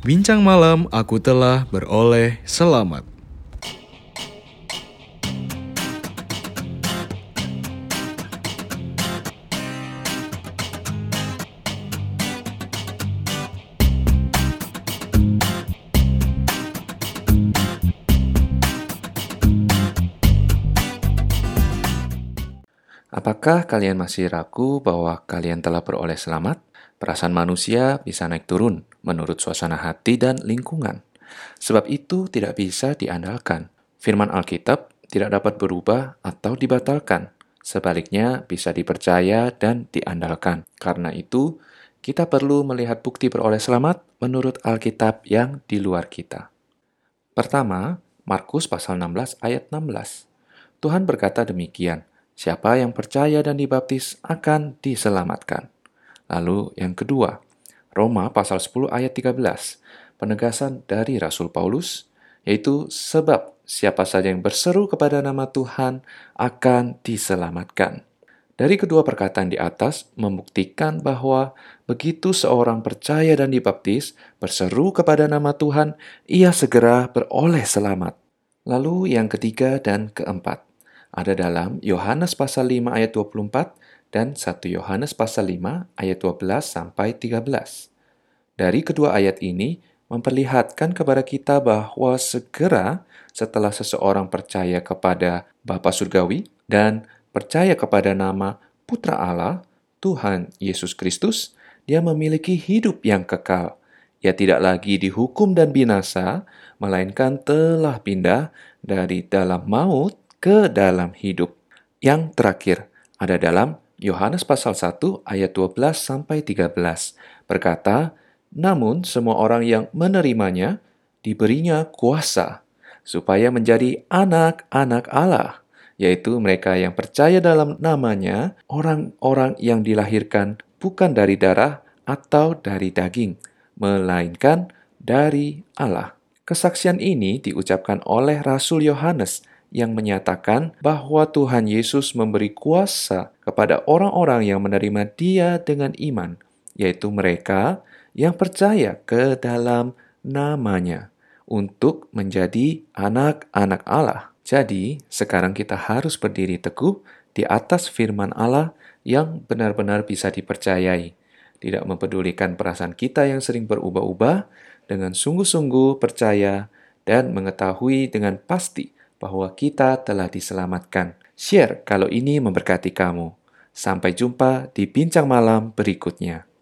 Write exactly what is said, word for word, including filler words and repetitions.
Bincang malam aku telah beroleh selamat. Apakah kalian masih ragu bahwa kalian telah beroleh selamat? Perasaan manusia bisa naik turun menurut suasana hati dan lingkungan. Sebab itu tidak bisa diandalkan. Firman Alkitab tidak dapat berubah atau dibatalkan. Sebaliknya bisa dipercaya dan diandalkan. Karena itu, kita perlu melihat bukti beroleh selamat menurut Alkitab yang di luar kita. Pertama, Markus pasal enam belas ayat enam belas. Tuhan berkata demikian, siapa yang percaya dan dibaptis akan diselamatkan. Lalu yang kedua, Roma pasal sepuluh ayat tiga belas. Penegasan dari Rasul Paulus, yaitu sebab siapa saja yang berseru kepada nama Tuhan akan diselamatkan. Dari kedua perkataan di atas membuktikan bahwa begitu seorang percaya dan dibaptis, berseru kepada nama Tuhan, ia segera beroleh selamat. Lalu yang ketiga dan keempat, ada dalam Yohanes pasal lima ayat dua puluh empat dan satu Yohanes pasal lima ayat dua belas sampai tiga belas. Dari kedua ayat ini memperlihatkan kepada kita bahwa segera setelah seseorang percaya kepada Bapa Surgawi dan percaya kepada nama Putra Allah, Tuhan Yesus Kristus, dia memiliki hidup yang kekal. Ia tidak lagi dihukum dan binasa, melainkan telah pindah dari dalam maut ke dalam hidup. Yang terakhir ada dalam Yohanes pasal satu ayat dua belas sampai tiga belas. Berkata, namun semua orang yang menerimanya diberinya kuasa supaya menjadi anak-anak Allah, yaitu mereka yang percaya dalam namanya, orang-orang yang dilahirkan bukan dari darah atau dari daging, melainkan dari Allah. Kesaksian ini diucapkan oleh Rasul Yohanes yang menyatakan bahwa Tuhan Yesus memberi kuasa kepada orang-orang yang menerima Dia dengan iman, yaitu mereka yang percaya ke dalam namanya untuk menjadi anak-anak Allah. Jadi, sekarang kita harus berdiri teguh di atas firman Allah yang benar-benar bisa dipercayai. Tidak mempedulikan perasaan kita yang sering berubah-ubah, dengan sungguh-sungguh percaya dan mengetahui dengan pasti bahwa kita telah diselamatkan. Share kalau ini memberkati kamu. Sampai jumpa di bincang malam berikutnya.